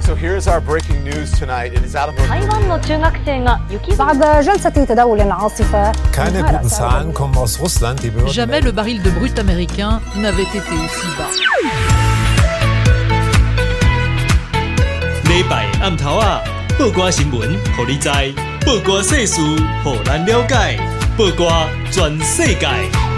So here's our breaking news tonight. It is out of 台湾の中学生が雪 بعد جلسة تداول العاصفة Keine guten Zahlen kommen aus Russland. Die Behörden Jamais le baril de brut américain n'avait été aussi bas. 礼拜暗头啊，报歌新闻，互你知；报歌世事，互咱了解。报歌全世界。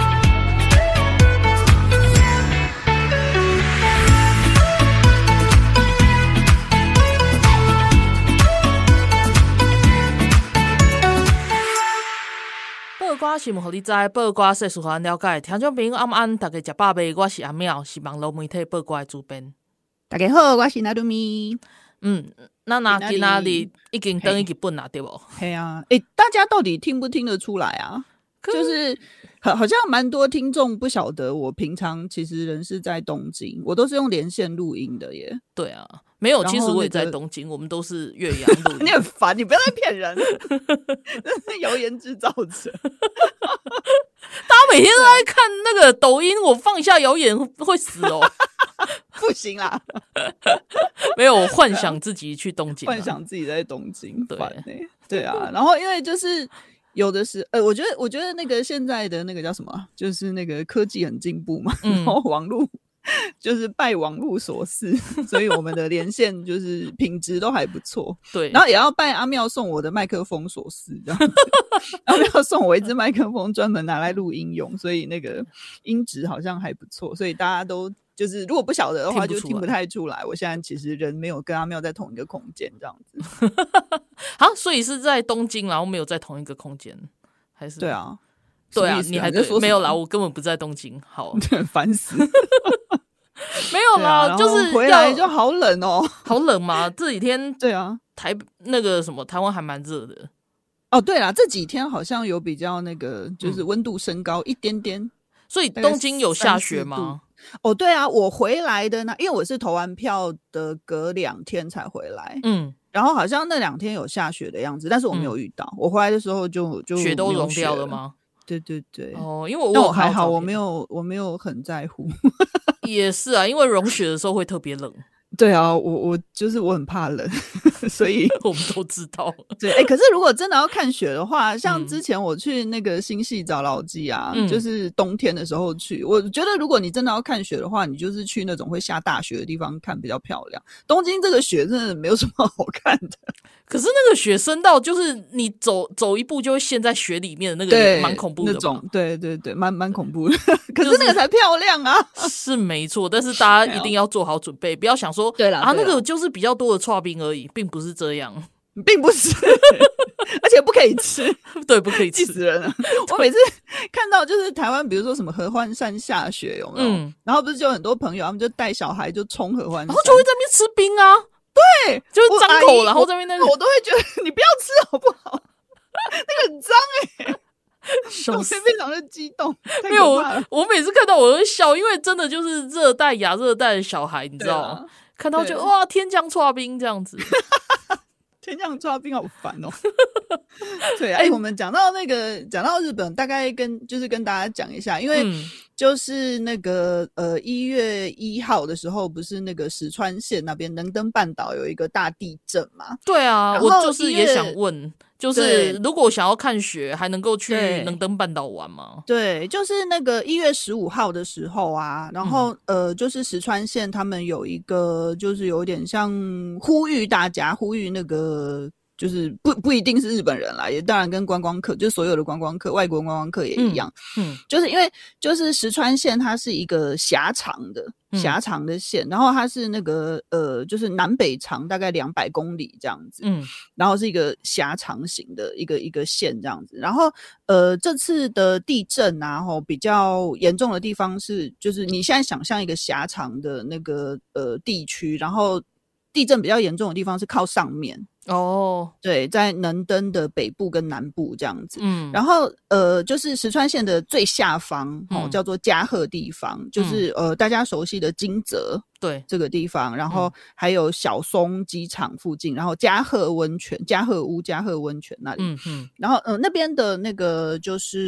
报歌新闻，互你知；报歌世事，互咱了解。听众朋友，晚安，大家食饱未？我是阿妙，是网络媒体报歌的主编。 大家好，我是纳鲁米。 那今仔日已经登去日本啦，对不？ 嘿啊，大家到底听不听得出来啊？就是好像蛮多听众不晓得，我平常其实人是在东京，我都是用连线录音的耶。 对啊，没有，其实我也在东京，我们都是岳阳录音。 你很烦，你不要再骗人，这是谣言制造者。 大家每天都在看那个抖音，我放一下谣言会死哦。 不行啦， 没有，我幻想自己去东京， 幻想自己在东京，对啊。然后因为就是有的是，我觉得那个现在的那个叫什么，就是那个科技很进步嘛，然后网络就是拜网络所赐，所以我们的连线就是品质都还不错。对，然后也要拜阿妙送我的麦克风所赐，这样子。阿妙送我一支麦克风，专门拿来录音用，所以那个音质好像还不错，所以大家都。就是如果不晓得的话就听不太出来，我现在其实人没有跟阿妙在同一个空间这样子。 好，所以是在东京，然后没有在同一个空间，还是？对啊，你还在说没有啦，我根本不在东京。好， 烦死。 没有啦，就是回来就好冷哦， 好冷吗？这几天对啊， 那个什么台湾还蛮热的。 哦，对啦，这几天好像有比较那个，就是温度升高一点点。 所以东京有下雪吗？ 哦，对啊，我回来的因为我是投完票的，隔2天才回来，然后好像那2天有下雪的样子，但是我没有遇到。我回来的时候就雪都融掉了吗？ 对对对。 哦，因为我还好，我没有很在乎。 也是啊，因为融雪的时候会特别冷。 对啊，我就是我很怕冷，所以我们都知道。 对，可是如果真的要看雪的话，像之前我去那个新系找老纪啊，就是冬天的时候去，我觉得如果你真的要看雪的话，你就是去那种会下大雪的地方看比较漂亮。东京这个雪真的没有什么好看的。 可是那个雪深到就是你走一步就会陷在雪里面的那个，也蛮恐怖的吧。 那种对对对，蛮恐怖的。可是那个才漂亮啊。 是没错，但是大家一定要做好准备，不要想说对啦啊，那个就是比较多的剉冰而已，并不是这样， 并不是，而且不可以吃。 对，不可以吃， 气死人了。我每次看到就是台湾，比如说什么合欢山下雪，有没有？然后不是就有很多朋友，他们就带小孩就冲合欢山， 然后就会在那边吃冰啊。 对， 就是张口，然后在那边我都会觉得你不要吃好不好？那个很脏我非常的激动。 没有，我每次看到我都会笑，因为真的就是热带亚热带的小孩，你知道吗？看到就哇，天降剉冰这样子。 天降剉冰好烦哦。对，我们讲到日本，大概跟大家讲一下，因为就是那个1月1号的时候，不是那个石川县那边能登半岛有一个大地震嘛？ 对啊，我就是也想问，就是如果想要看雪，还能够去能登半岛玩吗？ 对，就是那个1月15号的时候啊，然后就是石川县他们有一个，就是有点像呼吁那个。就是不一定是日本人啦，也当然跟观光客，就是所有的观光客，外国观光客也一样。就是因为就是石川县它是一个狭长的县，然后它是那个就是南北长大概200公里这样子。然后是一个狭长型的一个县这样子。然后这次的地震啊，比较严重的地方是，就是你现在想象一个狭长的那个地区，然后地震比较严重的地方是靠上面。哦，对，在能登的北部跟南部这样子。然后就是石川县的最下方叫做加贺地方，就是大家熟悉的金泽对这个地方，然后还有小松机场附近，然后加贺温泉那里。然后那边的那个就是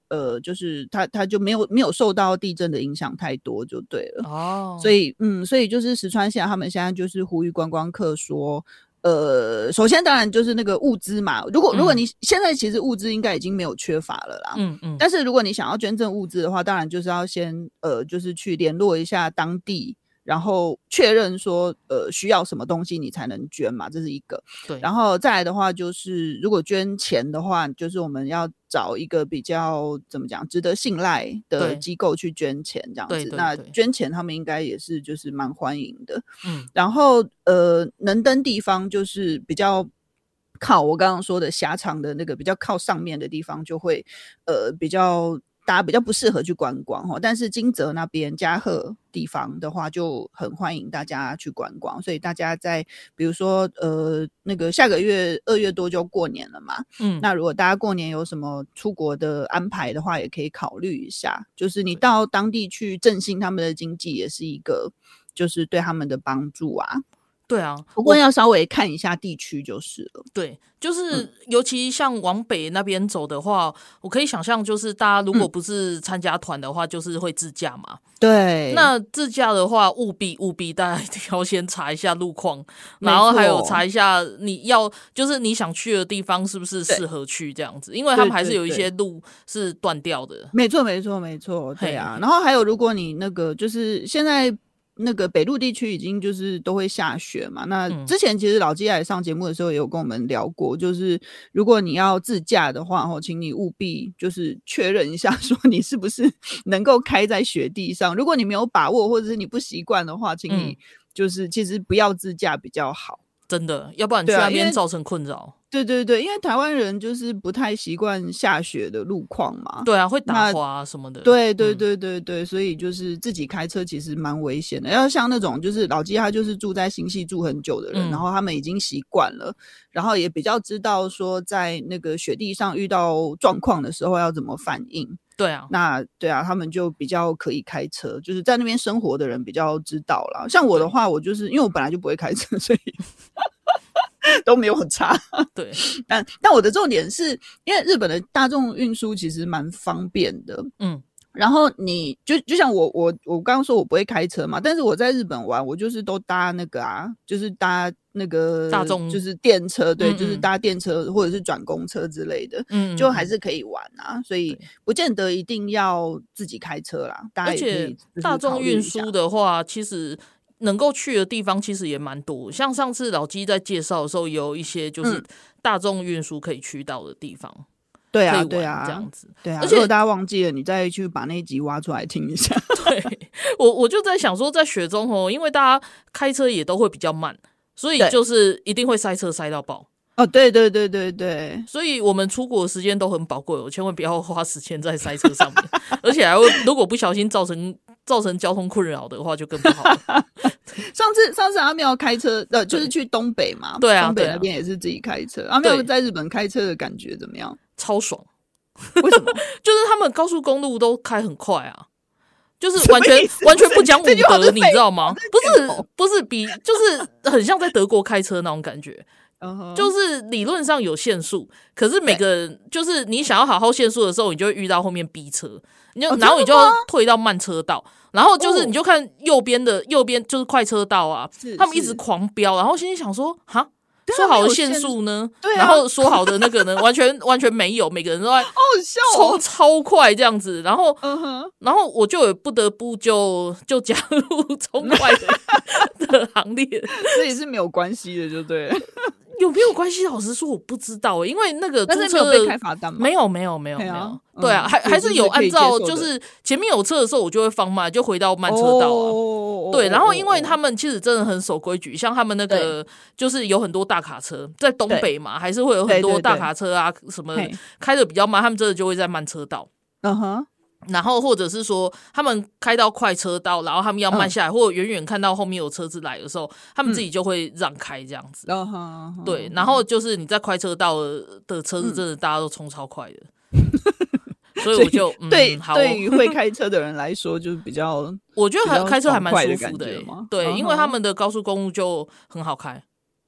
就是它就没有受到地震的影响太多就对了哦。 所以就是石川县他们现在就是呼吁观光客说。首先当然就是那个物资嘛，如果你现在其实物资应该已经没有缺乏了啦，但是如果你想要捐赠物资的话，当然就是要先就是去联络一下当地，然后确认说需要什么东西你才能捐嘛，这是一个。 对， 然后再来的话就是如果捐钱的话，就是我们要找一个比较怎么讲值得信赖的机构去捐钱这样子。 对， 那捐钱他们应该也是就是蛮欢迎的。然后能登地方就是比较靠我刚刚说的狭长的那个比较靠上面的地方就会比较大家比较不适合去观光，但是金泽那边加贺地方的话就很欢迎大家去观光，所以大家在比如说那个下个月2月多就过年了嘛，那如果大家过年有什么出国的安排的话也可以考虑一下，就是你到当地去振兴他们的经济也是一个就是对他们的帮助啊。 对啊， 不过要稍微看一下地区就是了。 对，就是尤其像往北那边走的话，我可以想象就是大家如果不是参加团的话，就是会自驾嘛。 对， 那自驾的话务必大家一定要先查一下路况，然后还有查一下就是你想去的地方是不是适合去这样子，因为他们还是有一些路是断掉的。 没错，对啊。然后还有如果你那个就是现在那个北陆地区已经就是都会下雪嘛，那之前其实老鸡来上节目的时候也有跟我们聊过，就是如果你要自驾的话请你务必就是确认一下说你是不是能够开在雪地上，如果你没有把握或者是你不习惯的话，请你就是其实不要自驾比较好，真的， 要不然去那边造成困扰。 对对对，因为台湾人就是不太习惯下雪的路况嘛。 对啊，会打滑什么的。 对对对对对，所以就是自己开车其实蛮危险的。要像那种就是老鸡他就是住在新系住很久的人，然后他们已经习惯了，然后也比较知道说在那个雪地上遇到状况的时候要怎么反应。 对啊， 那对啊，他们就比较可以开车，就是在那边生活的人比较知道啦。像我的话，我就是因为我本来就不会开车，所以都没有很差。对，但我的重点是因为日本的大众运输其实蛮方便的，然后你就像我刚刚说我不会开车嘛，但是我在日本玩，我就是都搭那个就是搭那个大众就是电车，对，就是搭电车或者是转公车之类的，就还是可以玩啊，所以不见得一定要自己开车啦，大家也可以。而且大众运输的话，其实能够去的地方其实也蛮多，像上次老鸡在介绍的时候，有一些就是大众运输可以去到的地方。 对啊，对啊， 这样子， 对啊。而且如果大家忘记了，你再去把那一集挖出来听一下。 对，我就在想说，在雪中因为大家开车也都会比较慢，所以就是一定会塞车塞到爆。 对对对对对， 所以我们出国的时间都很宝贵，我千万不要花时间在塞车上面，而且还会如果不小心造成交通困扰的话，就更不好了。 上次阿妙开车就是去东北嘛， 对啊， 东北那边也是自己开车。阿妙在日本开车的感觉怎么样？ 超爽。 为什么？ 就是他们高速公路都开很快啊，就是完全不讲武德，你知道吗？不是比就是很像在德国开车那种感觉。就是理论上有限速，可是每个人就是你想要好好限速的时候，你就会遇到后面逼车，然后你就要退到慢车道，然后就是你就看右边就是快车道啊，他们一直狂飙，然后心里想说哈。说好的限速呢？然后说好的那个呢？完全没有，每个人都在冲超快这样子，然后我就也不得不就加入冲快的行列， 这也是没有关系的，就对了。 有没有关系？老实说我不知道，因为那个但是没有被开罚单吗？ 没有，对啊，还是有按照就是前面有车的时候我就会放慢，就回到慢车道啊。对，然后因为他们其实真的很守规矩，像他们那个就是有很多大卡车在东北嘛，还是会有很多大卡车啊什么开的比较慢，他们真的就会在慢车道。然后或者是说他们开到快车道，然后他们要慢下来，或者远远看到后面有车子来的时候，他们自己就会让开这样子。对，然后就是你在快车道的车子真的大家都冲超快的。所以我就对于会开车的人来说就是比较我觉得开车还蛮舒服的对，因为他们的高速公路就很好开。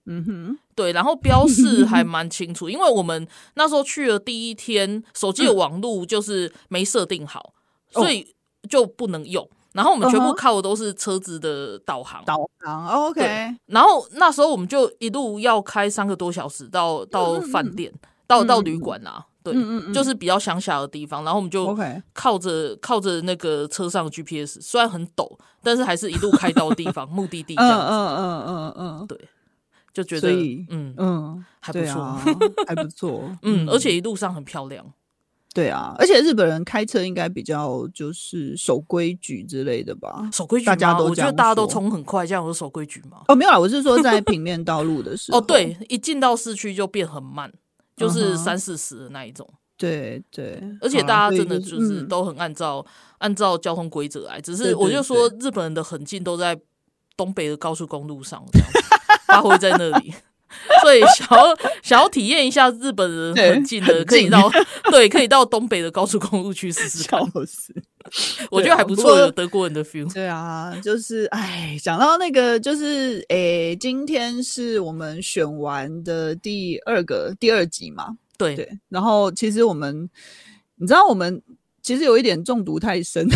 对，然后标示还蛮清楚，因为我们那时候去了第一天，手机的网路就是没设定好，所以就不能用。然后我们全部靠的都是车子的导航 ，OK。 然后那时候我们就一路要开3个多小时到饭店，到旅馆啊，对，就是比较乡下的地方。然后我们就靠着那个车上的 GPS， 虽然很陡，但是还是一路开到地方目的地这样子。对，就觉得还不错， 还不错。 而且一路上很漂亮。 对啊，而且日本人开车应该比较就是守规矩之类的吧？ 守规矩吗？我觉得大家都冲很快，这样有守规矩吗？ 没有啦，我是说在平面道路的时候。 对，一进到市区就变很慢，就是30-40的那一种。 对， 而且大家真的就是都很按照交通规则来，只是我就说日本人的狠劲都在东北的高速公路上，这样发挥在那里。所以想要体验一下日本人很近的，可以到东北的高速公路去试试看。我觉得还不错，有德国人的 feel。 对啊，就是讲到那个就是今天是我们选完的第二集嘛。对，然后其实你知道我们其实有一点中毒太深，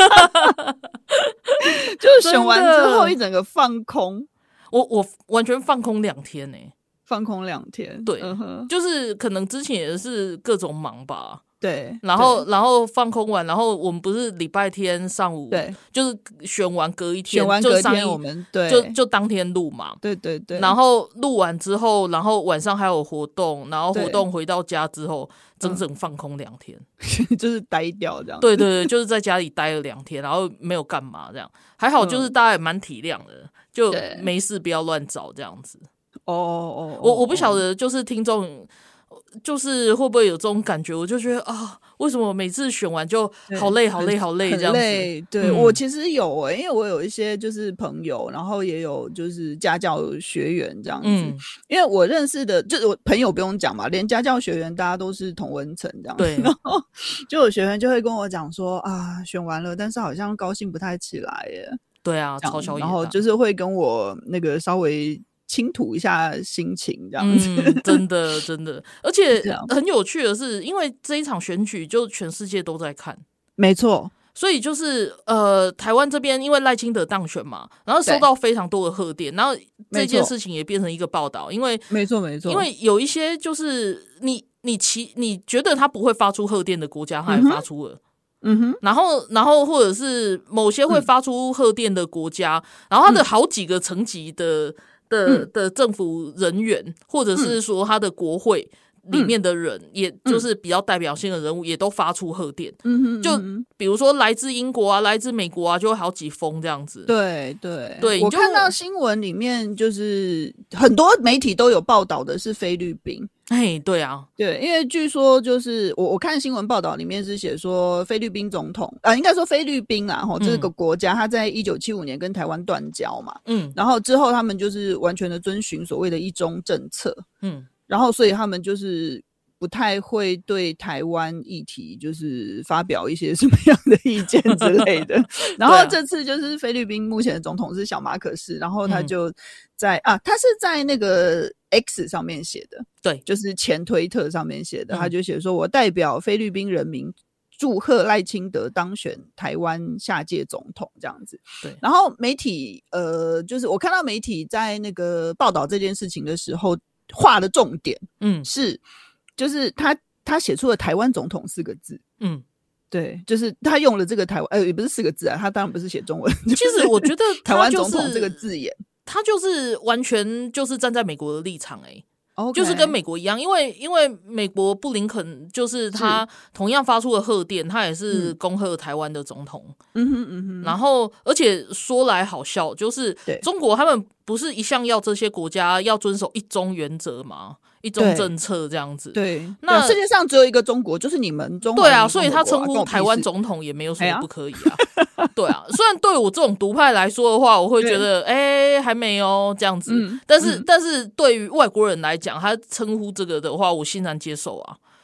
就是选完之后一整个放空。 我完全放空2天放空2天， 对，就是可能之前也是各种忙吧， 对， 然后放空完，然后我们不是礼拜天上午，对，就是选完隔一天， 我们就当天录嘛， 对， 然后录完之后，然后晚上还有活动，然后活动回到家之后，整放空2天， 就是呆掉这样， 对，就是在家里待了2天，然后没有干嘛这样，还好就是大家也蛮体谅的。就没事不要乱找这样子。我不晓得就是听众就是会不会有这种感觉，我就觉得为什么每次选完就好累这样子。 对，我其实有因为我有一些就是朋友，然后也有就是家教学员这样子。因为我认识的就是我朋友不用讲嘛，连家教学员大家都是同温层这样子。对，然后就有学员就会跟我讲说选完了，但是好像高兴不太起来耶。 对啊，超小， 然后就是会跟我那个稍微倾吐一下心情这样子。 真的，而且很有趣的是，因为这一场选举就全世界都在看， 没错， 所以就是台湾这边因为赖清德当选嘛，然后收到非常多的贺电，然后这件事情也变成一个报道，因为没错， 因为有一些就是你觉得他不会发出贺电的国家，他也发出了。然后或者是某些会发出贺电的国家，然后他的好几个层级的政府人员，或者是说他的国会里面的人，也就是比较代表性的人物，也都发出贺电。就比如说来自英国啊，来自美国啊，就会好几封这样子。对， 我看到新闻里面就是很多媒体都有报道的是菲律宾。 对啊， 对，因为据说就是我看新闻报道里面是写说菲律宾总统应该说菲律宾这个国家，他在1975年跟台湾断交嘛，然后之后他们就是完全的遵循所谓的一中政策，然后所以他们就是不太会对台湾议题就是发表一些什么样的意见之类的。然后这次就是菲律宾目前的总统是小马可仕，然后他就在他是在那个 X 上面写的，对，就是前推特上面写的，他就写说我代表菲律宾人民祝贺赖清德当选台湾下届总统这样子。对，然后媒体就是我看到媒体在那个报道这件事情的时候画的重点是就是他写出了台湾总统4个字。对，就是他用了这个台湾也不是4个字他当然不是写中文。 其实我觉得台湾总统这个字眼， 他就是完全就是站在美国的立场就是跟美国一样，因为美国布林肯就是他同样发出了贺电，他也是恭贺台湾的总统。然后而且说来好笑，就是中国他们不是一向要这些国家要遵守一中原则吗？一中政策这样子。对， 那世界上只有一个中国，就是你们中国。 对啊，所以他称呼台湾总统也没有什么不可以啊。对啊，虽然对我这种独派来说的话，我会觉得还没有这样子，但是对于外国人来讲，他称呼这个的话，我欣然接受啊。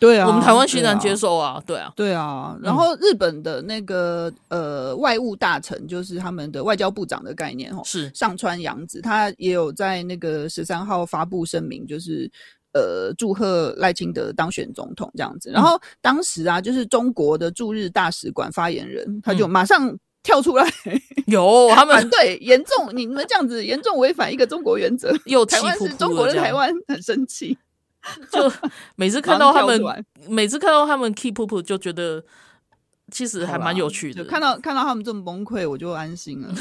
对啊， 我们台湾欣然接受啊，对啊， 对啊。然后日本的那个外务大臣，就是他们的外交部长的概念是上川洋子，他也有在那个13号发布声明，就是祝贺赖清德当选总统这样子。然后当时啊，就是中国的驻日大使馆发言人，他就马上跳出来， 有他们反对严重，你们这样子严重违反一个中国原则， 又台湾是中国的台湾，很生气。 就每次看到他们 keep up 就觉得其实还蛮有趣的， 看到他们这么崩溃，我就安心了。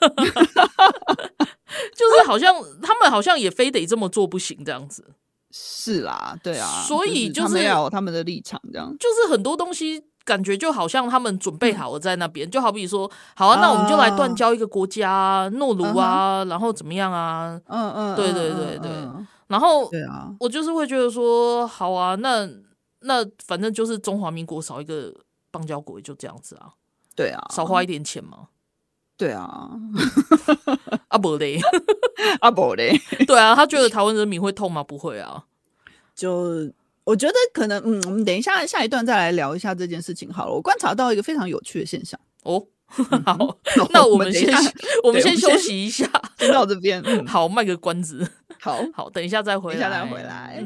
就是他们好像也非得这么做不行这样子。 是啦，对啊， 所以就是他们要有他们的立场，这样就是很多东西感觉就好像他们准备好了在那边，就好比说，好啊，那我们就来断交一个国家啊，诺鲁啊，然后怎么样啊？对对对对。然后，对啊，我就是会觉得说，好啊，那反正就是中华民国少一个邦交国，就这样子啊。 对啊， 少花一点钱嘛。 对啊， 啊不嘞， 啊不嘞， 对啊，他觉得台湾人民会痛吗？不会啊。 就我觉得可能，我们等一下一段再来聊一下这件事情好了。我观察到一个非常有趣的现象哦。好，那我们先休息一下， 先到这边。 好，卖个关子。 好， 等一下再回来。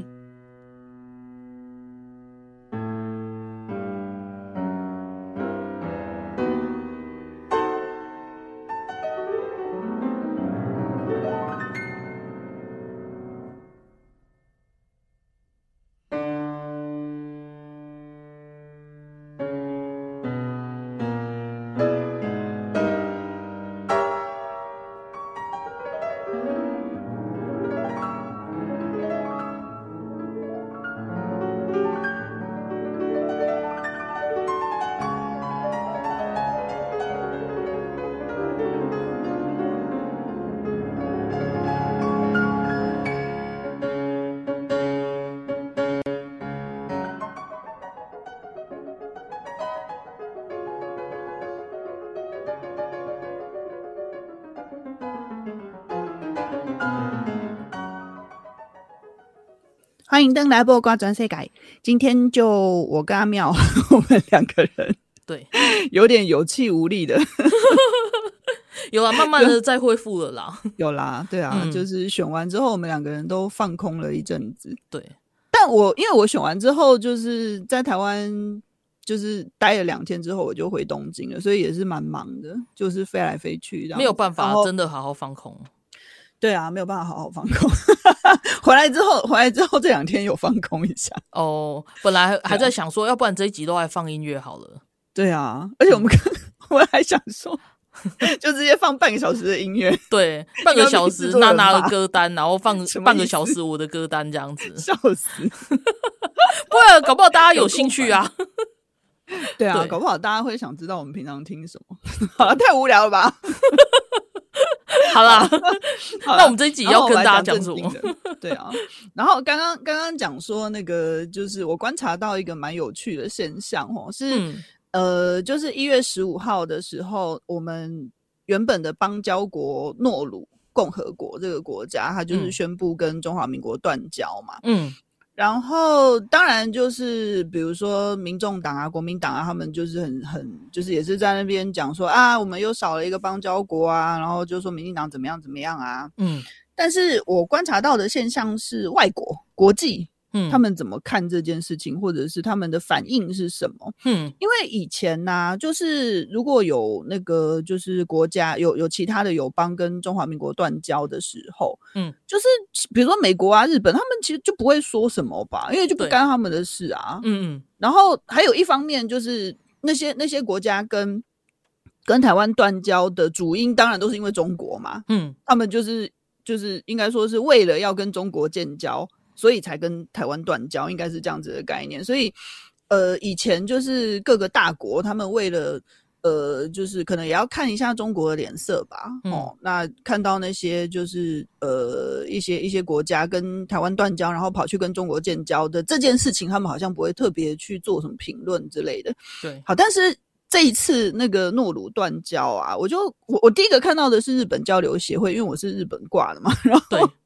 欢迎登来播瓜转世界。今天就我跟阿妙我们两个人对有点有气无力的有啦，慢慢的再恢复了啦。 有啦，对啊，就是选完之后我们两个人都放空了一阵子。 对， 但因为我选完之后就是在台湾就是待了2天之后我就回东京了，所以也是蛮忙的，就是飞来飞去， 没有办法真的好好放空。 对啊，没有办法好好放空。回来之后这2天有放空一下。 哦，本来还在想说，要不然这一集都来放音乐好了。 对啊，而且我们还想说，就直接放半个小时的音乐。 对，半个小时娜娜的歌单，然后放半个小时我的歌单，这样子。 笑死！ 不然搞不好大家有兴趣啊。 对啊，搞不好大家会想知道我们平常听什么。好了，太无聊了吧？ 好啦，那我们这一集要跟大家讲什么？ 对啊，然后刚刚讲说那个，就是我观察到一个蛮有趣的现象是就是1月15号的时候，我们原本的邦交国诺鲁共和国这个国家，它就是宣布跟中华民国断交嘛。然后当然就是比如说民众党啊国民党啊，他们就是很就是也是在那边讲说啊，我们又少了一个邦交国啊，然后就说民进党怎么样啊。但是我观察到的现象是国际他们怎么看这件事情，或者是他们的反应是什么。因为以前啊，就是如果有那个就是国家有其他的友邦跟中华民国断交的时候，就是比如说美国啊日本，他们其实就不会说什么吧，因为就不干他们的事啊。然后还有一方面就是那些国家跟台湾断交的主因当然都是因为中国嘛。他们就是应该说是为了要跟中国建交，所以才跟台湾断交，应该是这样子的概念。所以以前就是各个大国他们为了就是可能也要看一下中国的脸色吧。那看到那些就是一些国家跟台湾断交，然后跑去跟中国建交的这件事情，他们好像不会特别去做什么评论之类的。 对， 好，但是这一次那个诺鲁断交啊，我第一个看到的是日本交流协会，因为我是日本挂的嘛，然后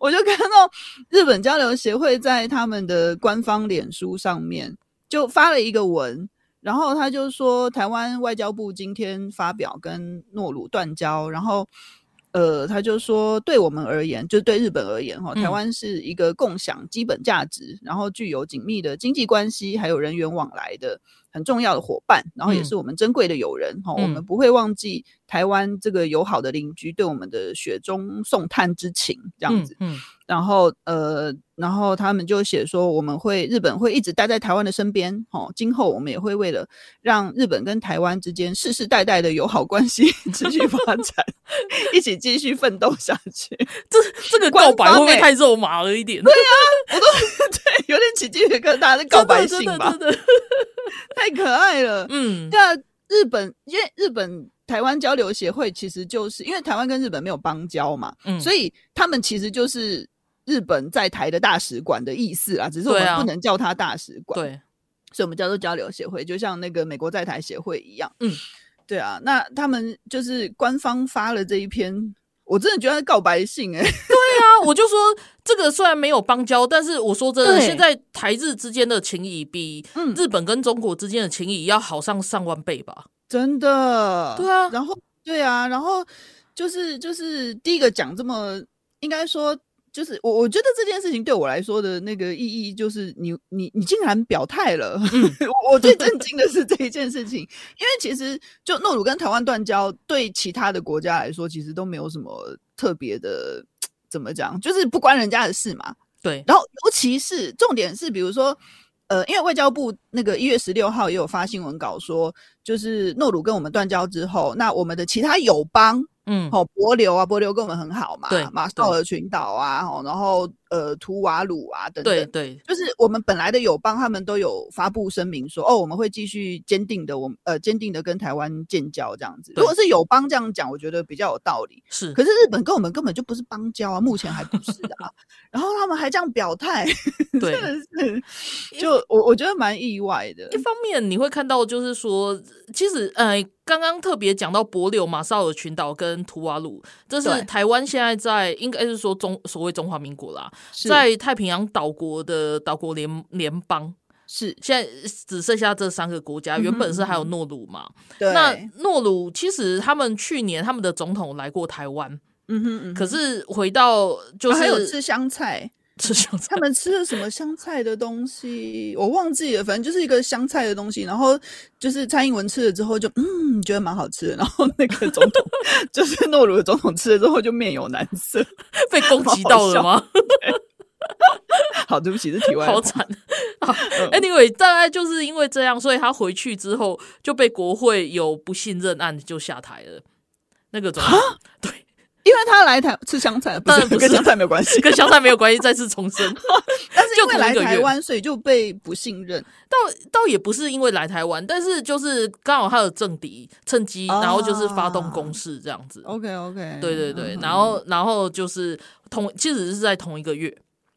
我就看到日本交流协会在他们的官方脸书上面就发了一个文，然后他就说台湾外交部今天发表跟诺鲁断交，然后他就说对我们而言，就是对日本而言台湾是一个共享基本价值，然后具有紧密的经济关系还有人员往来的很重要的伙伴，然后也是我们珍贵的友人我们不会忘记台湾这个友好的邻居对我们的雪中送炭之情这样子。然后他们就写说日本会一直待在台湾的身边今后我们也会为了让日本跟台湾之间世世代代的友好关系持续发展一起继续奋斗下去。 这个告白会不会太肉麻了一点？ 对啊，我都对有点起鸡皮疙瘩的告白信吧，真的太可爱了。对啊，因为日本台湾交流协会其实就是因为台湾跟日本没有邦交嘛，所以他们其实就是日本在台的大使馆的意思啦，只是我们不能叫它大使馆，对，所以我们叫做交流协会，就像那个美国在台协会一样。对啊，那他们就是官方发了这一篇，我真的觉得是告白信对啊，我就说这个虽然没有邦交，但是我说真的，现在台日之间的情谊比日本跟中国之间的情谊要好上上万倍吧， 真的。 对啊， 然后就是第一个讲这么，应该说就是我觉得这件事情对我来说的那个意义就是你竟然表态了。我最震惊的是这一件事情，因为其实就诺鲁跟台湾断交对其他的国家来说其实都没有什么特别的，怎么讲，就是不关人家的事嘛。对，然后尤其是重点是比如说因为外交部那个1月16号也有发新闻稿说，就是诺鲁跟我们断交之后，那我们的其他友邦帛琉跟我们很好嘛，对，马绍尔群岛啊，然后图瓦鲁啊等等，对，就是我们本来的友邦他们都有发布声明说我们会继续坚定的跟台湾建交这样子。如果是友邦这样讲，我觉得比较有道理。是，可是日本跟我们根本就不是邦交啊，目前还不是啊。然后他们还这样表态，对，真的是，就我觉得蛮意外的。一方面你会看到就是说，其实刚刚特别讲到帛琉、马绍尔群岛跟图瓦鲁，这是台湾现在在应该是说所谓中华民国啦，在太平洋岛国的岛国联邦，是现在只剩下这3个国家，原本是还有诺鲁嘛。对，那诺鲁其实他们去年他们的总统来过台湾，可是回到就是还有吃香菜。他们吃了什么香菜的东西我忘记了，反正就是一个香菜的东西，然后就是蔡英文吃了之后就觉得蛮好吃的，然后那个总统就是诺鲁的总统吃了之后就面有难色。 被攻击到了吗？ 好，对不起，是题外话。 好惨。Anyway， 大概就是因为这样，所以他回去之后就被国会有不信任案就下台了。那个总统对， 因为他来台吃香菜，不是跟香菜没有关系， 跟香菜没有关系。再次重申， 但是因为来台湾，所以就被不信任。 倒也不是因为来台湾，但是就是刚好他有政敌趁机，然后就是发动攻势这样子。 OK， 对，然后就是其实是在同一个月。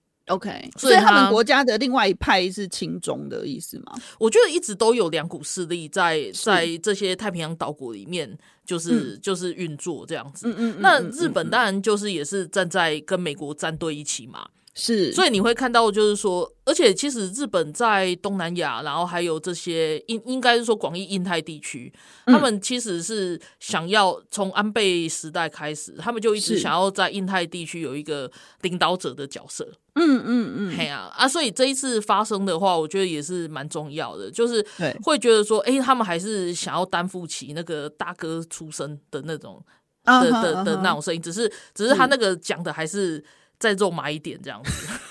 OK， 所以他们国家的另外一派是亲中的意思吗？ 我觉得一直都有2股势力在这些太平洋岛国里面，就是运作这样子。那日本当然就是也是站在跟美国站队一起嘛。是，所以你会看到就是说，而且其实日本在东南亚，然后还有这些应该是说广义印太地区，他们其实是想要从安倍时代开始，他们就一直想要在印太地区有一个领导者的角色。嘿啊，所以这一次发生的话，我觉得也是蛮重要的，就是会觉得说，他们还是想要担负起那个大哥出身的那种的那种声音，只是他那个讲的还是再肉麻一点这样子。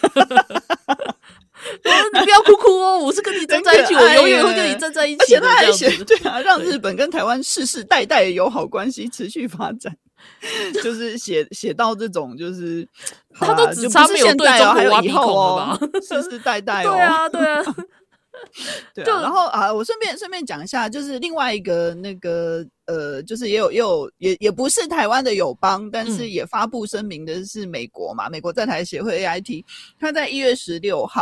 你不要哭哭哦，我是跟你站在一起，我永远会跟你站在一起的这样子。 对啊，让日本跟台湾世世代代的友好关系持续发展。就是写到这种，就是他都只差没有对中国挖鼻孔了吧？ 世世代代对啊。对啊， 然后我顺便讲一下，就是另外一个那个就是也不是台湾的友邦，但是也发布声明的是美国嘛，美国在台协会 AIT， 他在1月16号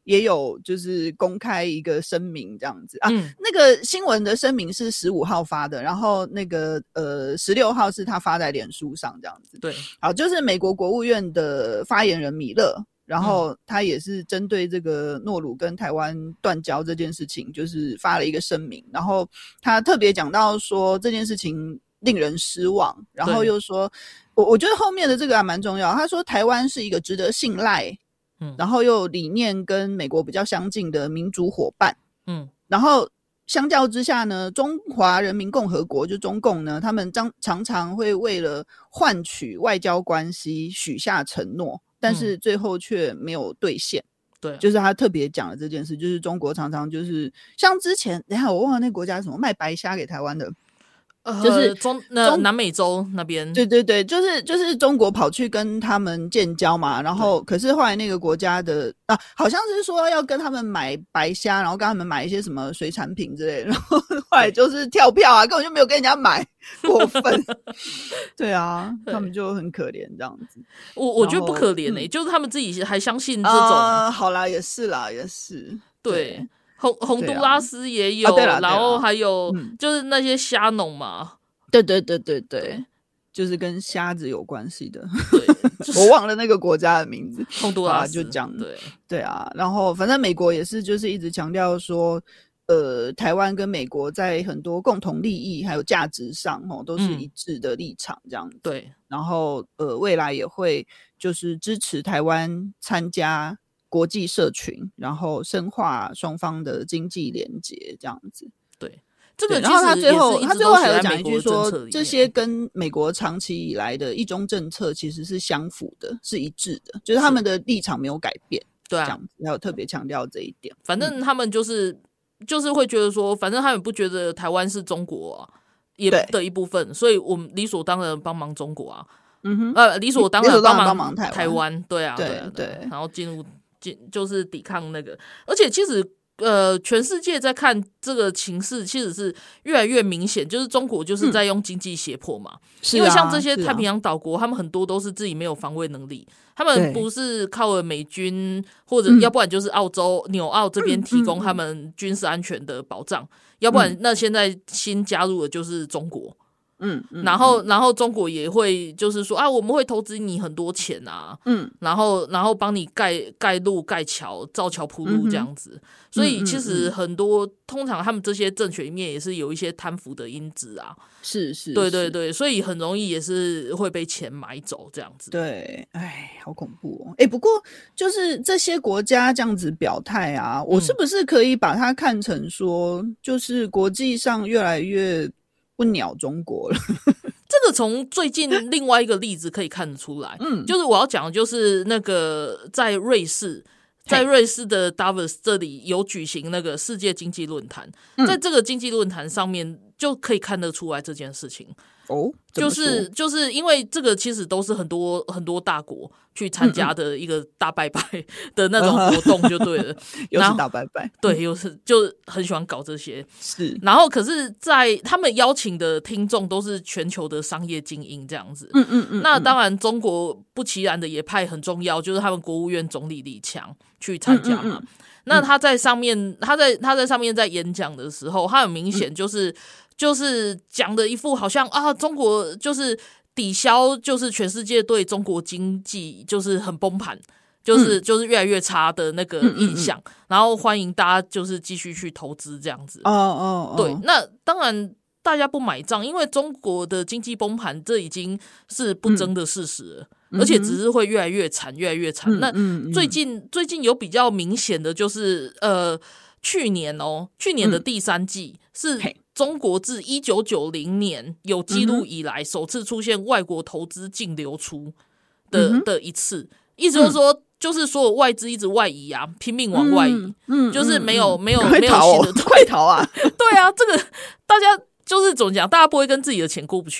也有就是公开一个声明这样子啊。那个新闻的声明是15号发的，然后那个16号是他发在脸书上这样子。 对， 好，就是美国国务院的发言人米勒，然后他也是针对这个诺鲁跟台湾断交这件事情，就是发了一个声明，然后他特别讲到说这件事情令人失望，然后又说我觉得后面的这个还蛮重要，他说台湾是一个值得信赖然后又理念跟美国比较相近的民主伙伴，然后相较之下呢，中华人民共和国就中共呢，他们常常会为了换取外交关系许下承诺，但是最后却没有兑现。 对， 就是他特别讲了这件事，就是中国常常就是像之前，等一下我忘了那个国家是什么卖白虾给台湾的。就是南美洲那边， 对对对，就是中国跑去跟他们建交嘛，然后可是后来那个国家的好像是说要跟他们买白虾，然后跟他们买一些什么水产品之类的，然后后来就是跳票啊，根本就没有跟人家买，过分。对啊，他们就很可怜这样子。 我觉得不可怜就是他们自己还相信这种。 好啦，也是啦，也是对。洪都拉斯也有，然后还有就是那些虾农嘛， 对，就是跟虾子有关系的，我忘了那个国家的名字， 洪都拉斯就讲对啊，然后反正美国也是就是一直强调说，台湾跟美国在很多共同利益还有价值上都是一致的立场这样子， 对， 然后未来也会就是支持台湾参加国际社群，然后深化双方的经济连结这样子。 对，这个然后他最后还有讲一句说，这些跟美国长期以来的一中政策其实是相符的，是一致的，就是他们的立场没有改变。对啊，这样子要特别强调这一点。 反正他们就是会觉得说，反正他们不觉得台湾是中国也的一部分，所以我们理所当然帮忙中国啊。理所当然帮忙台湾。对啊，对，然后进入。就是抵抗那个，而且其实全世界在看这个情势，其实是越来越明显，就是中国就是在用经济胁迫嘛。因为像这些太平洋岛国，他们很多都是自己没有防卫能力，他们不是靠了美军或者要不然就是澳洲纽澳这边提供他们军事安全的保障，要不然那现在新加入的就是中国。然后中国也会就是说我们会投资你很多钱啊，然后帮你盖路盖桥造桥铺路这样子，所以其实很多通常他们这些政权里面也是有一些贪腐的因子啊， 是， 对，所以很容易也是会被钱买走这样子。 对，好恐怖哦。不过就是这些国家这样子表态啊，我是不是可以把它看成说，就是国际上越来越不鸟中国了？ 这个从最近另外一个例子可以看得出来，就是我要讲的就是那个在瑞士的 Davos 这里有举行那个世界经济论坛，在这个经济论坛上面就可以看得出来这件事情。就是因为这个其实都是很多大国去参加的一个大拜拜的那种活动就对了。 又是大拜拜， 对，又是就很喜欢搞这些。 是， 然后可是在他们邀请的听众都是全球的商业精英这样子。那当然中国不其然的也派很重要，就是他们国务院总理李强去参加嘛。那他在上面在演讲的时候，他很明显就是讲的一副好像中国就是抵消，就是全世界对中国经济就是很崩盘，就是越来越差的那个印象，然后欢迎大家就是继续去投资这样子。对，那当然大家不买账，因为中国的经济崩盘这已经是不争的事实了。而且只是会越来越惨，越来越惨。那最近有比较明显的就是去年的第三季是中国自1990年有记录以来首次出现外国投资净流出的一次，意思就是说，就是所有外资一直外移啊，拼命往外移，就是没有新的快逃啊！ 对啊，这个大家就是怎么讲，大家不会跟自己的钱过不去啊。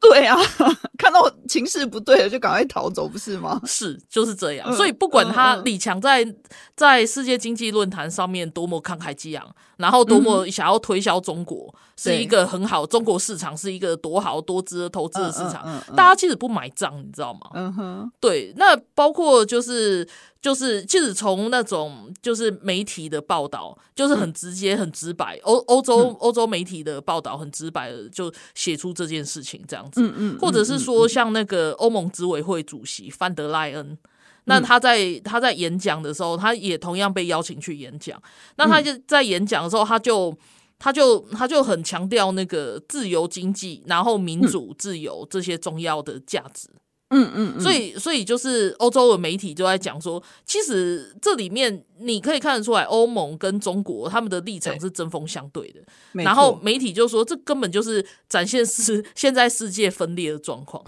对啊，看到情势不对了就赶快逃走，不是吗？ 是，就是这样。所以不管李强在世界经济论坛上面多么慷慨激昂，然后多么想要推销中国是一个很好，中国市场是一个多好多值得投资的市场，大家其实不买账，你知道吗？对，那包括就是其实从那种就是媒体的报道，就是很直接很直白，欧洲媒体的报道很直白的就写出这件事情这样子，或者是说像那个欧盟执委会主席范德赖恩，那他在演讲的时候，他也同样被邀请去演讲，那他就在演讲的时候，他就很强调那个自由经济，然后民主自由这些重要的价值。所以就是欧洲的媒体就在讲说，其实这里面你可以看得出来，欧盟跟中国他们的立场是针锋相对的。然后媒体就说，这根本就是展现现在世界分裂的状况。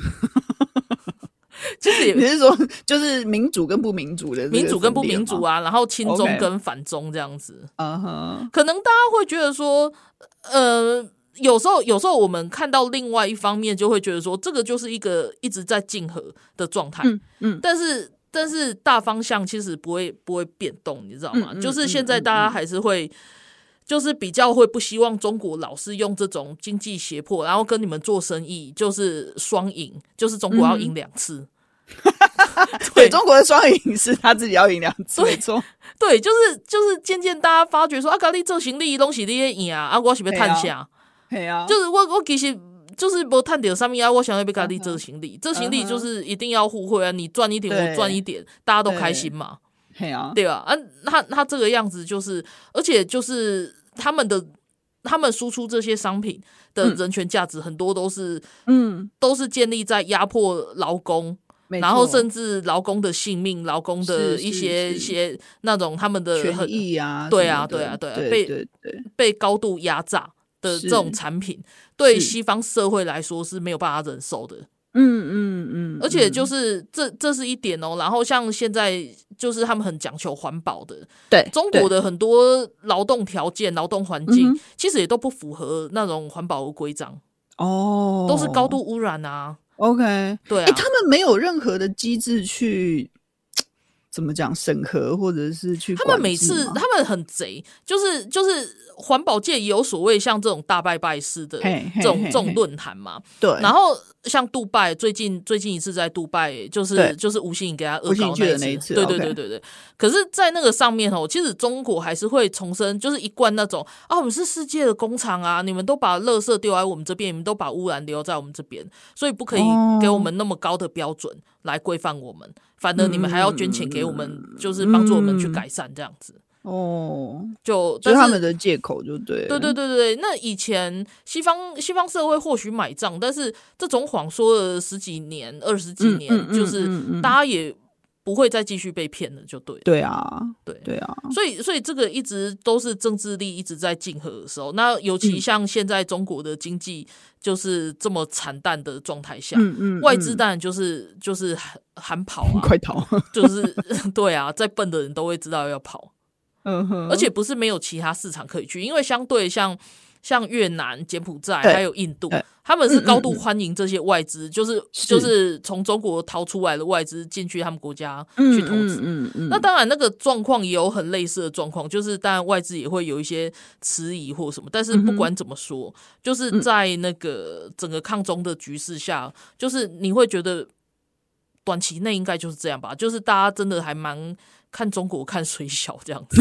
就是你是说，就是民主跟不民主的民主跟不民主啊，然后亲中跟反中这样子。可能大家会觉得说，有时候我们看到另外一方面，就会觉得说，这个就是一个一直在竞合的状态。但是大方向其实不会变动，你知道吗？就是现在大家还是会。就是比较会不希望中国老是用这种经济胁迫，然后跟你们做生意，就是双赢，就是中国要赢2次。 对，中国的双赢是他自己要赢2次，没错。 对，就是渐渐大家发觉说，啊，你做生意东西你也赢啊，我是要赚啥？对啊，就是我其实就是没赚到什么啊，我想要被跟你做生意，这生意就是一定要互惠啊，你赚一点我赚一点，大家都开心嘛。对吧？他这个样子就是，而且就是他们输出这些商品的人权价值很多都是建立在压迫劳工，然后甚至劳工的性命、劳工的一些那种他们的权益啊， 对啊，被高度压榨的这种产品，对西方社会来说是没有办法忍受的。而且就是这是一点哦。然后像现在就是他们很讲求环保的，对中国的很多劳动条件、劳动环境，其实也都不符合那种环保的规章哦，都是高度污染啊。 OK， 对啊， 他们没有任何的机制去怎么讲审核，或者是去他们每次他们很贼，就是环保界也有所谓像这种大拜拜式的这种论坛嘛，对。然后像杜拜最近一次在杜拜，就是吴欣颖给他恶搞那一次，对。可是，在那个上面其实中国还是会重申，就是一贯那种我们是世界的工厂啊，你们都把垃圾丢在我们这边，你们都把污染留在我们这边，所以不可以给我们那么高的标准来规范我们，反而你们还要捐钱给我们，就是帮助我们去改善这样子。就是他们的借口就对了。 对。那以前西方社会或许买账，但是这种谎说了10几年、20几年，就是大家也不会再继续被骗了，就对了。 对啊。 所以这个一直都是政治力一直在竞合的时候，那尤其像现在中国的经济就是这么惨淡的状态下，外资当然就是喊跑啊， 快逃！ 就是对啊，再笨的人都会知道要跑。而且不是没有其他市场可以去，因为相对像越南、柬埔寨还有印度，他们是高度欢迎这些外资，就是从中国逃出来的外资进去他们国家去投资。那当然那个状况也有很类似的状况，就是当然外资也会有一些迟疑或什么，但是不管怎么说，就是在那个整个抗中的局势下，就是你会觉得短期内应该就是这样吧，就是大家真的还蛮看中国看水小这样子。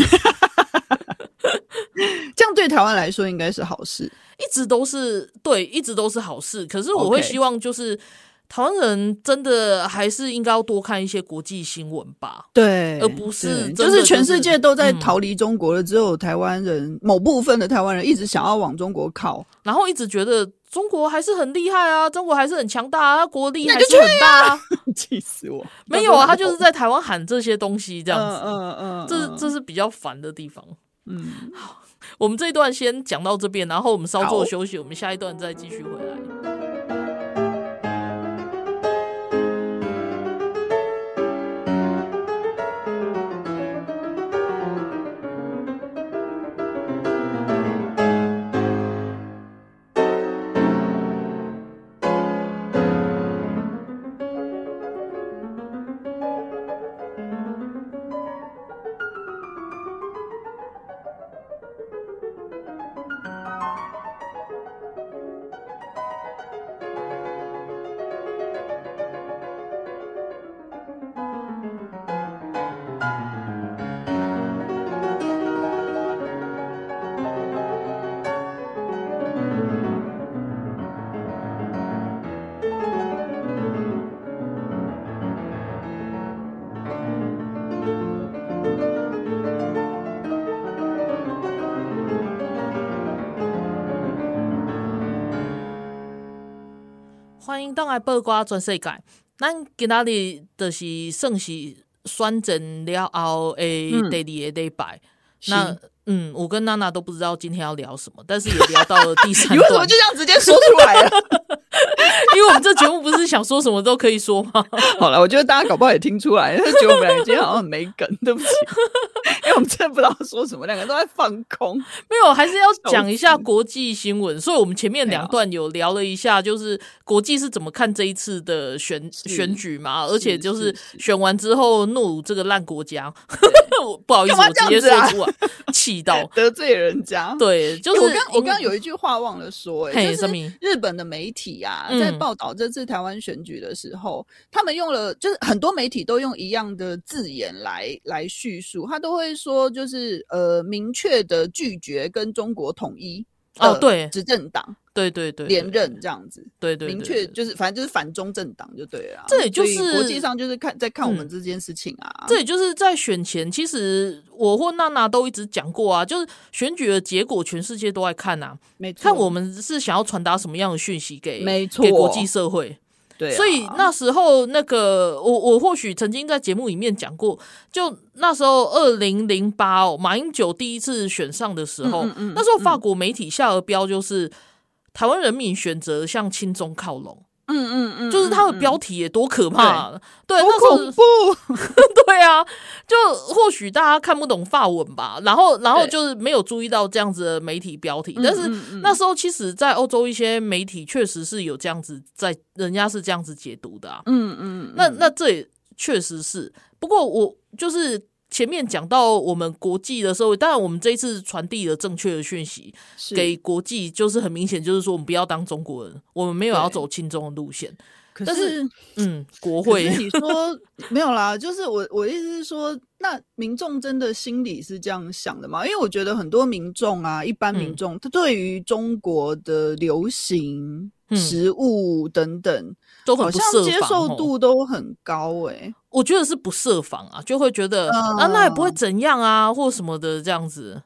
这样对台湾来说应该是好事， 一直都是好事。可是我会希望就是台湾人真的还是应该要多看一些国际新闻吧， 对， 而不是就是全世界都在逃离中国了，只有台湾人某部分的台湾人一直想要往中国靠， 然后一直觉得中国还是很厉害啊，中国还是很强大啊，国力还是很大啊， 气死我！ 没有啊，他就是在台湾喊这些东西这样子，这是比较烦的地方。好，我们这一段先讲到这边，然后我们稍作休息，我们下一段再继续回来。 迎倒来报歌全世界。咱今仔日就是算是选整了后的第2个礼拜。那我跟娜娜都不知道今天要聊什么，但是也聊到了第3段。 你为什么就这样直接说出来了？ 因为我们这节目不是想说什么都可以说吗？ 好了，我觉得大家搞不好也听出来，觉得我们两个今天好像很没梗，对不起，因为我们真的不知道说什么，两个都在放空。 没有，还是要讲一下国际新闻。所以我们前面2段有聊了一下，就是国际是怎么看这一次的选举嘛，而且就是选完之后诺鲁这个烂国家，不好意思，我直接说出来，气到得罪人家。对， 就是我刚刚有一句话忘了说，就是日本的媒体啊，在报道这次台湾选举的时候，他们用了，就是很多媒体都用一样的字眼来叙述，他都会说就是明确的拒绝跟中国统一对执政党。 对连任这样子，对， 明确就是反正就是反中政党就对了。 这也就是国际上就是在看我们这件事情啊。 这也就是在选前，其实我或娜娜都一直讲过啊，就是选举的结果全世界都在看啊， 没错， 看我们是想要传达什么样的讯息给国际社会。 对所以那时候那个我或许曾经在节目里面讲过，就那时候2008马英九第一次选上的时候，那时候法国媒体下的标就是台湾人民选择向亲中靠拢。就是他的标题也多可怕，对， 多恐怖， 对啊，就或许大家看不懂法文吧，然后就是没有注意到这样子的媒体标题，但是那时候其实在欧洲一些媒体确实是有这样子人家是这样子解读的啊，那这也确实是，不过我就是前面讲到我们国际的社会，当然我们这一次传递了正确的讯息给国际，就是很明显就是说我们不要当中国人，我们没有要走亲中的路线。但是国会你说没有啦，就是我意思是说，那民众真的心里是这样想的吗？因为我觉得很多民众啊，一般民众他对于中国的流行食物等等都很不设防， 好像接受度都很高我觉得是不设防啊，就会觉得那也不会怎样啊或什么的这样子。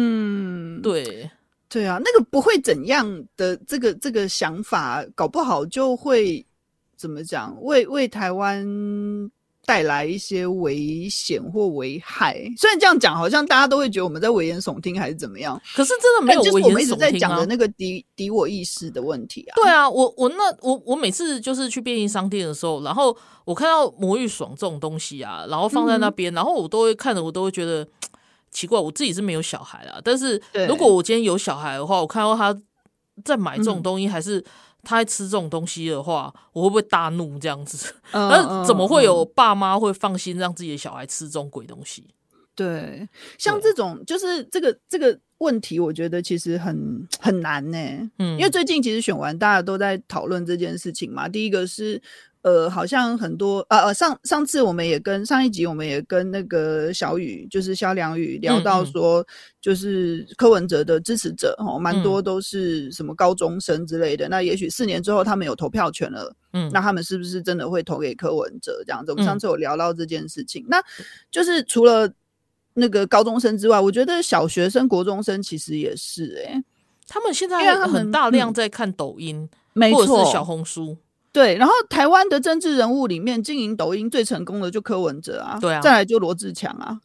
对啊，那个不会怎样的这个想法搞不好就会怎么讲，为台湾带来一些危险或危害。虽然这样讲好像大家都会觉得我们在危言耸听还是怎么样， 可是真的没有危言耸听啊，就是我们一直在讲的那个敌我意识的问题啊。 对啊，我每次就是去便利商店的时候，然后我看到魔芋爽这种东西啊，然后放在那边，然后我都会看着，我都会觉得奇怪，我自己是没有小孩啦，但是如果我今天有小孩的话，我看到他在买这种东西，还是他在吃这种东西的话，我会不会大怒这样子？怎么会有爸妈会放心让自己的小孩吃这种鬼东西？ 对，像这种就是这个问题，我觉得其实很难呢。因为最近其实选完，大家都在讨论这件事情嘛。第一个是好像很多上次我们也跟上一集我们也跟那个小雨，就是萧良宇聊到说，就是柯文哲的支持者蛮多都是什么高中生之类的，那也许4年之后他们有投票权了，那他们是不是真的会投给柯文哲这样子？我们上次有聊到这件事情，那就是除了那个高中生之外，我觉得小学生国中生其实也是他们现在很大量在看抖音，或者是小红书。 对，然后台湾的政治人物里面经营抖音最成功的就柯文哲啊， 对啊， 再来就罗志强啊，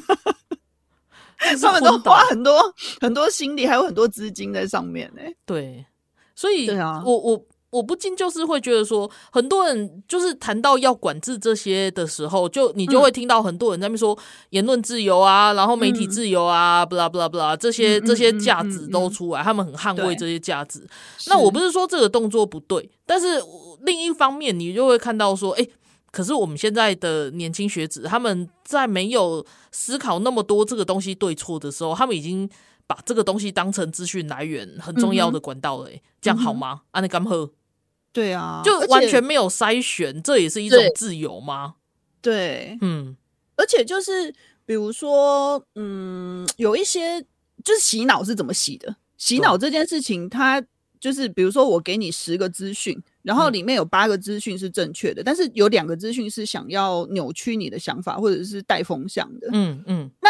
他们都花很多心力还有很多资金在上面对，所以我不禁就是会觉得说，很多人就是谈到要管制这些的时候，你就会听到很多人在那边说言论自由啊，然后媒体自由啊blah blah blah 这些价值都出来，他们很捍卫这些价值。那我不是说这个动作不对，但是另一方面你就会看到说可是我们现在的年轻学子，他们在没有思考那么多这个东西对错的时候，他们已经把这个东西当成资讯来源很重要的管道了这样好吗？安尼敢好？ 对啊， 就完全没有筛选，这也是一种自由吗？ 对，而且就是比如说有一些就是洗脑是怎么洗的，洗脑这件事情它就是比如说我给你10个资讯，然后里面有8个资讯是正确的，但是有2个资讯是想要扭曲你的想法或者是带风向的。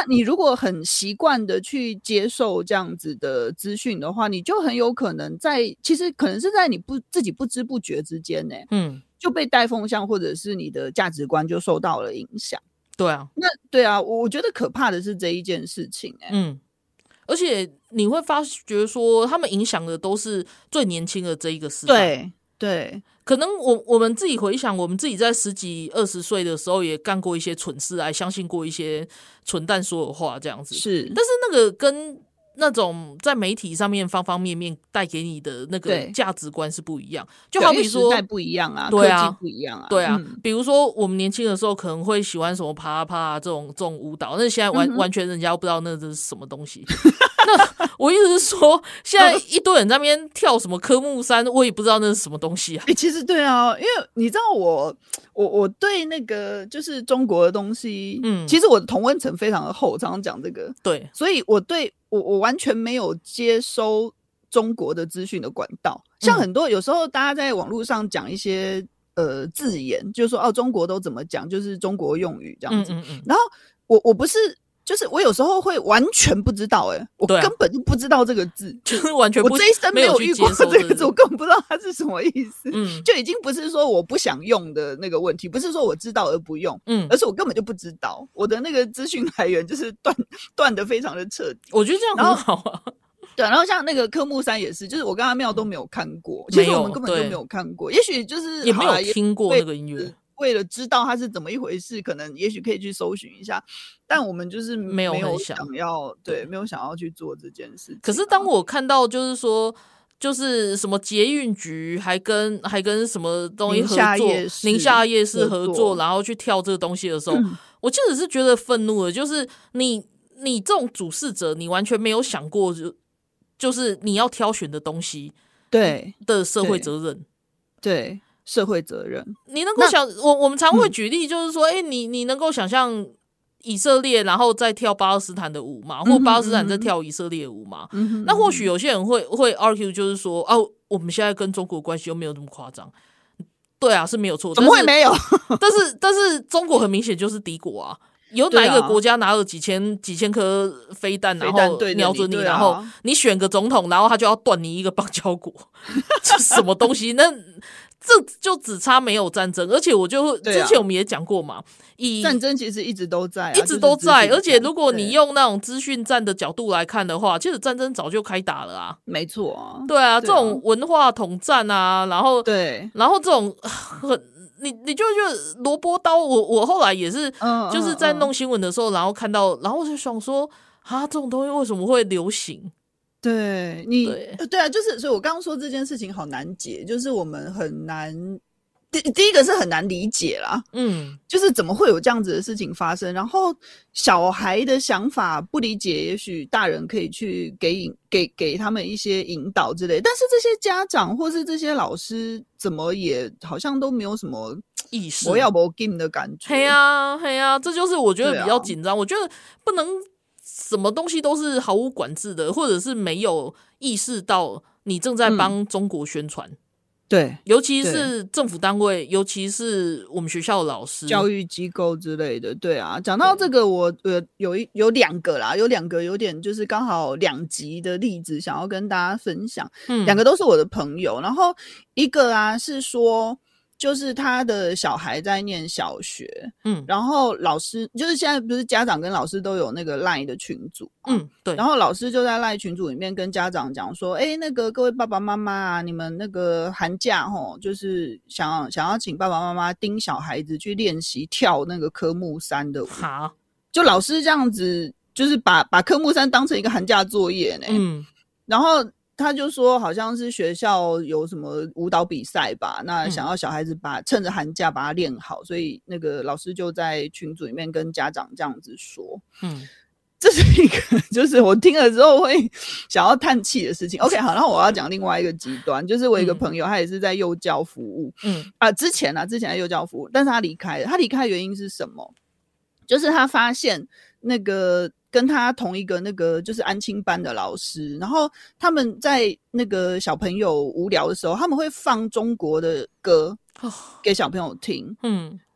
你如果很习惯的去接受这样子的资讯的话，你就很有可能其实可能是在你自己不知不觉之间呢，就被带风向，或者是你的价值观就受到了影响。 对啊， 对啊，我觉得可怕的是这一件事情而且你会发觉说，他们影响的都是最年轻的这一个时代。 对， 可能我们自己回想，我们自己在10几20岁的时候也干过一些蠢事，还相信过一些蠢蛋说的话，这样子是。 但是那个跟那种在媒体上面方方面面带给你的那个价值观是不一样，就好比说时代不一样啊， 对啊， 科技不一样啊， 对啊，比如说我们年轻的时候可能会喜欢什么啪啪这种舞蹈，那现在完全人家不知道那是什么东西。那我意思是说，现在一堆人在那边跳什么科目3，我也不知道那是什么东西啊。 其实对啊，因为你知道我对那个就是中国的东西，其实我的同温层非常的厚，常常讲这个， 对， 所以我完全没有接收中国的资讯的管道。像很多有时候大家在网络上讲一些字眼，就是说中国都怎么讲，就是中国用语这样子。然后我不是。就是我有时候会完全不知道我根本就不知道这个字， 就是完全不， 我这一生没有遇过这个字，我根本不知道它是什么意思。就已经不是说我不想用的那个问题，不是说我知道而不用，而是我根本就不知道。我的那个资讯来源就是断得非常的彻底。 我觉得这样很好啊。 对，然后像那个科目3也是，就是我跟阿妙都没有看过，其实我们根本就没有看过，也许就是也没有听过那个音乐。 为了知道它是怎么一回事，可能也许可以去搜寻一下，但我们就是没有想要，对，没有想要去做这件事情。 可是当我看到就是说，就是什么捷运局还跟什么东西合作，宁夏夜市合作，然后去跳这个东西的时候，我确实是觉得愤怒的，就是你这种主事者，你完全没有想过，就是你要挑选的东西， 对的社会责任， 对。社会责任， 你能够想我们常会举例，就是说，你能够想象以色列然后再跳巴勒斯坦的舞嘛，或巴勒斯坦再跳以色列舞嘛？那或许有些人会 argue， 就是说我们现在跟中国关系又没有这么夸张，对啊，是没有错， 怎么会没有？ 但是中国很明显就是敌国啊。有哪一个国家拿了几千颗飞弹，然后瞄准你，然后你选个总统，然后他就要断你一个邦交国，这什么东西？那这就只差没有战争。而且我就之前我们也讲过嘛， 战争其实一直都在， 一直都在。而且如果你用那种资讯战的角度来看的话，其实战争早就开打了啊。 没错啊， 对啊，这种文化统战啊，然后这种你就萝卜刀，我后来也是，就是在弄新闻的时候，然后看到，然后我就想说，这种东西为什么会流行？ 对对啊，就是所以我刚刚说这件事情好难解，就是我们很难。第一个是很难理解啦，就是怎么会有这样子的事情发生，然后小孩的想法不理解，也许大人可以去给他们一些引导之类，但是这些家长或是这些老师怎么也好像都没有什么意识， 我要不 game 的感觉。 嘿呀，这就是我觉得比较紧张，我觉得不能什么东西都是毫无管制的，或者是没有意识到你正在帮中国宣传。 对， 尤其是政府单位，尤其是我们学校的老师、 教育机构之类的。对啊，讲到这个，我有两个啦，有两个有点就是刚好2极的例子，想要跟大家分享。2个都是我的朋友，然后一个啊是说，就是他的小孩在念小学，然后老师就是现在不是家长跟老师都有那个 LINE 的群组，对，然后老师就在 LINE 群组里面跟家长讲说，那个各位爸爸妈妈啊，你们那个寒假就是想要请爸爸妈妈盯小孩子去练习跳那个科目3的舞，就老师这样子就是把科目3当成一个寒假作业呢，然后他就说好像是学校有什么舞蹈比赛吧，那想要小孩子趁着寒假把它练好，所以那个老师就在群组里面跟家长这样子说。这是一个就是我听了之后会想要叹气的事情。OK， 好，然后我要讲另外一个极端，就是我有一个朋友，他也是在幼教服务，之前在幼教服务，但是他离开了。他离开的原因是什么？就是他发现那个跟他同一个那个就是安亲班的老师，然后他们在那个小朋友无聊的时候，他们会放中国的歌给小朋友听，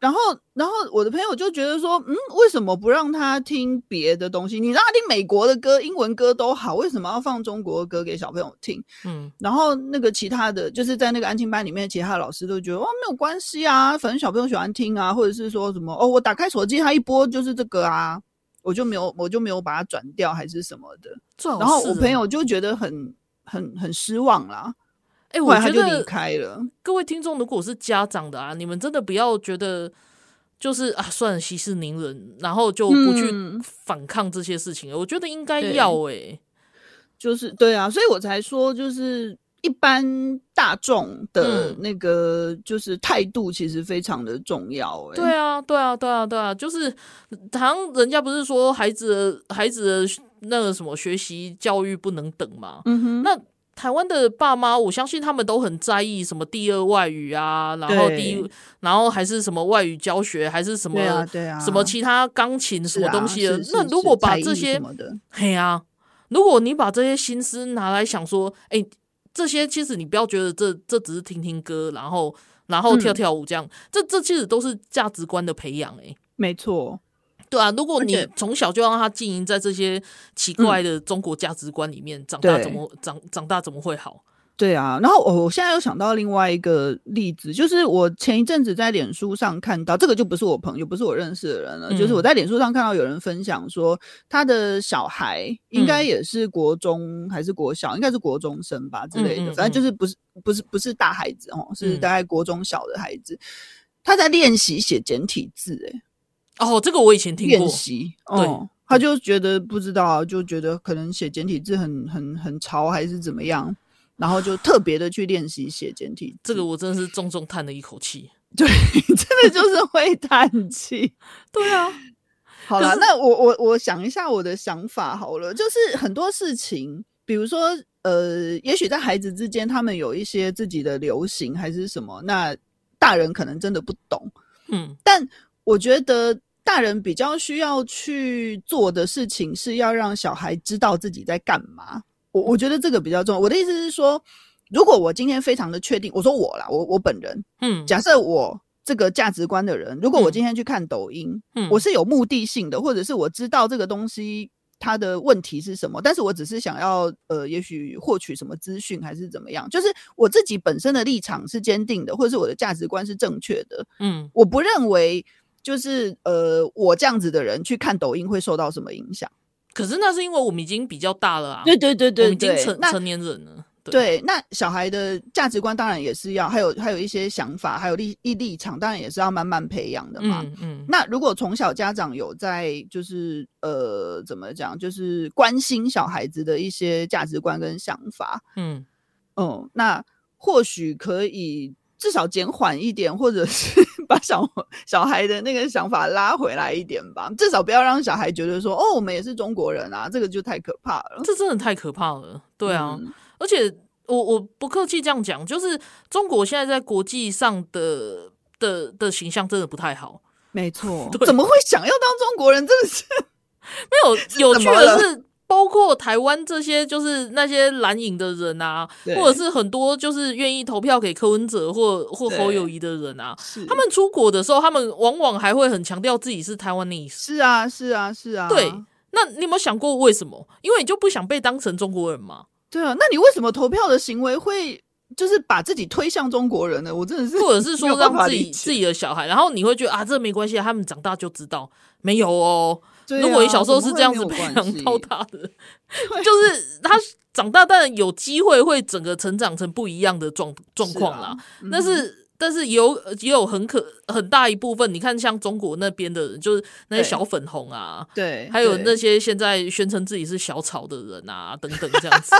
然后我的朋友就觉得说，为什么不让他听别的东西？你让他听美国的歌、英文歌都好，为什么要放中国的歌给小朋友听？然后那个其他的，就是在那个安亲班里面，其他的老师都觉得没有关系啊，反正小朋友喜欢听啊，或者是说什么我打开手机，他一播就是这个啊，我就没有把它转掉还是什么的。然后我朋友就觉得很失望啦。 我觉得他就离开了。 各位听众，如果是家长的你们真的不要觉得就是算了息事宁人，然后就不去反抗这些事情。我觉得应该要就是对啊，所以我才说就是一般大众的那个就是态度其实非常的重要。 对啊，就是好像人家不是说孩子的那个什么学习教育不能等嘛？那台湾的爸妈，我相信他们都很在意什么第二外语啊，然后还是什么外语教学，还是什么什么其他钢琴什么东西的。那如果把这些如果你把这些心思拿来想说，这些其实你不要觉得这只是听听歌，然后跳跳舞这样，这其实都是价值观的培养。 没错。 对啊，如果你从小就让他经营在这些奇怪的中国价值观里面，长大怎么会好？对啊，然后我现在又想到另外一个例子，就是我前一阵子在脸书上看到，这个就不是我朋友，不是我认识的人了，就是我在脸书上看到有人分享说，他的小孩应该也是国中还是国小，应该是国中生吧之类的，反正就是不是大孩子是大概国中小的孩子，他在练习写简体字。 这个我以前听过练习，对，他就觉得不知道，就觉得可能写简体字很潮还是怎么样，然后就特别的去练习写简体字。 这个我真的是重重叹了一口气。 对，真的就是会叹气。 对啊， 好啦，那我想一下我的想法好了，就是很多事情，比如说也许在孩子之间，他们有一些自己的流行还是什么，那大人可能真的不懂，但我觉得大人比较需要去做的事情是要让小孩知道自己在干嘛。我觉得这个比较重要。我的意思是说，如果我今天非常的确定，我说我啦，我本人，假设我这个价值观的人，如果我今天去看抖音，我是有目的性的，或者是我知道这个东西它的问题是什么，但是我只是想要也许获取什么资讯还是怎么样，就是我自己本身的立场是坚定的，或者是我的价值观是正确的。我不认为就是我这样子的人去看抖音会受到什么影响。 可是那是因为我们已经比较大了啊。 对， 我们已经成年人了。 对，那小孩的价值观当然也是要，还有一些想法，还有立场，当然也是要慢慢培养的嘛。那如果从小家长有在就是怎么讲，就是关心小孩子的一些价值观跟想法，那或许可以至少减缓一点，或者是把小孩的那个想法拉回来一点吧，至少不要让小孩觉得说我们也是中国人啊，这个就太可怕了。 这真的太可怕了。对啊，而且我不客气这样讲，就是中国现在在国际上的形象真的不太好。 没错，怎么会想要当中国人？真的是没有。有趣的是，包括台湾这些就是那些蓝营的人啊，或者是很多就是愿意投票给柯文哲或侯友宜的人啊，他们出国的时候，他们往往还会很强调自己是台湾nese。 是啊。对， 那你有没有想过为什么？因为你就不想被当成中国人嘛。 对啊，那你为什么投票的行为会就是把自己推向中国人呢？我真的是， 或者是说让自己的小孩，然后你会觉得这没关系，他们长大就知道。没有哦。如果你小时候是这样子培养到他的，就是他长大当然有机会会整个成长成不一样的状况啦。但是也有很大一部分，你看像中国那边的人，就是那些小粉红啊， 对， 还有那些现在宣称自己是小草的人啊，等等这样子。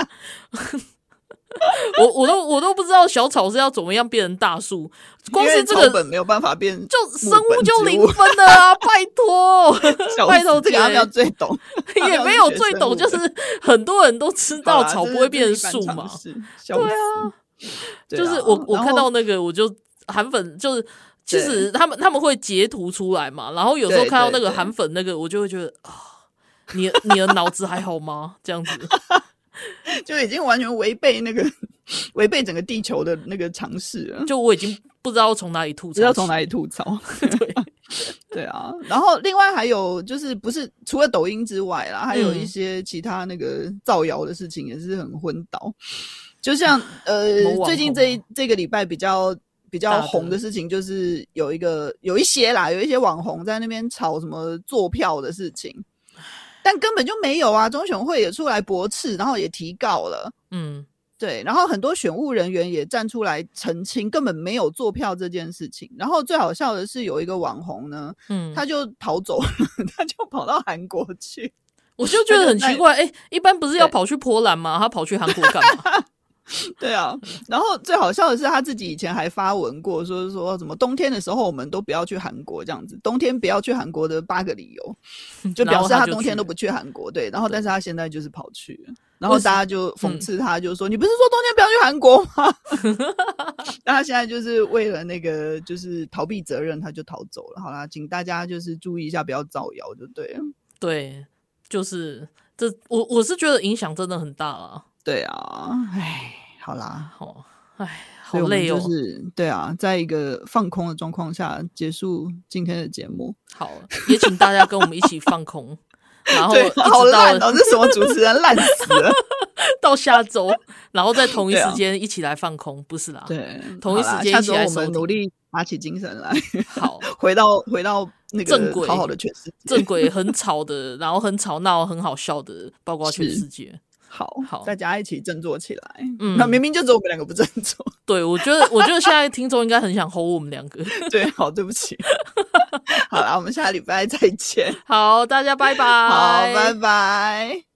我都不知道小草是要怎么样变成大树，光是这个本没有办法变， 就生物就0分了啊！拜托，拜托， 这个他们要最懂， 也没有最懂，就是很多人都知道草不会变成树嘛。对啊，就是我看到那个，我就韩粉就是。其实他们会截图出来嘛，然后有时候看到那个韩粉那个，我就会觉得你的脑子还好吗？这样子。 就已经完全违背整个地球的那个常识了。 就我已经不知道从哪里吐槽， 不知道从哪里吐槽。 对对啊，然后另外还有就是不是除了抖音之外啦，还有一些其他那个造谣的事情也是很昏倒，就像最近这个礼拜比较红的事情，就是有一些网红在那边吵什么作票的事情，但根本就没有啊，中选会也出来驳斥，然后也提告了，对，然后很多选务人员也站出来澄清，根本没有作票这件事情。然后最好笑的是，有一个网红呢，他就逃走了，他就跑到韩国去。 我就觉得很奇怪，一般不是要跑去波兰吗？他跑去韩国干嘛？ 对啊，然后最好笑的是他自己以前还发文过，说什么冬天的时候我们都不要去韩国这样子，冬天不要去韩国的8个理由，就表示他冬天都不去韩国。对，然后但是他现在就是跑去了。然后大家就讽刺他，就说你不是说冬天不要去韩国吗？那他现在就是为了那个就是逃避责任，他就逃走了。好啦，请大家就是注意一下，不要造谣就对了。 对，就是这我是觉得影响真的很大啦。 对啊，唉，好啦， 好累哦。 就是对啊，在一个放空的状况下结束今天的节目。 好，也请大家跟我们一起放空。然后好烂哦！这什么主持人烂死了。 到下周，然后在同一时间一起来放空，不是啦？ 对， 同一时间一起来收听。 下周我们努力打起精神来， 好， 回到那个正轨， 好好的全世界。 正轨很吵的，然后很吵闹、很好笑的，包括全世界。 好，大家一起振作起来。那明明就只有我们两个不振作。 对，我觉得现在听众应该很想吼我们两个。 对，好，对不起。好啦，我们下礼拜再见。 好，大家拜拜。 好，拜拜。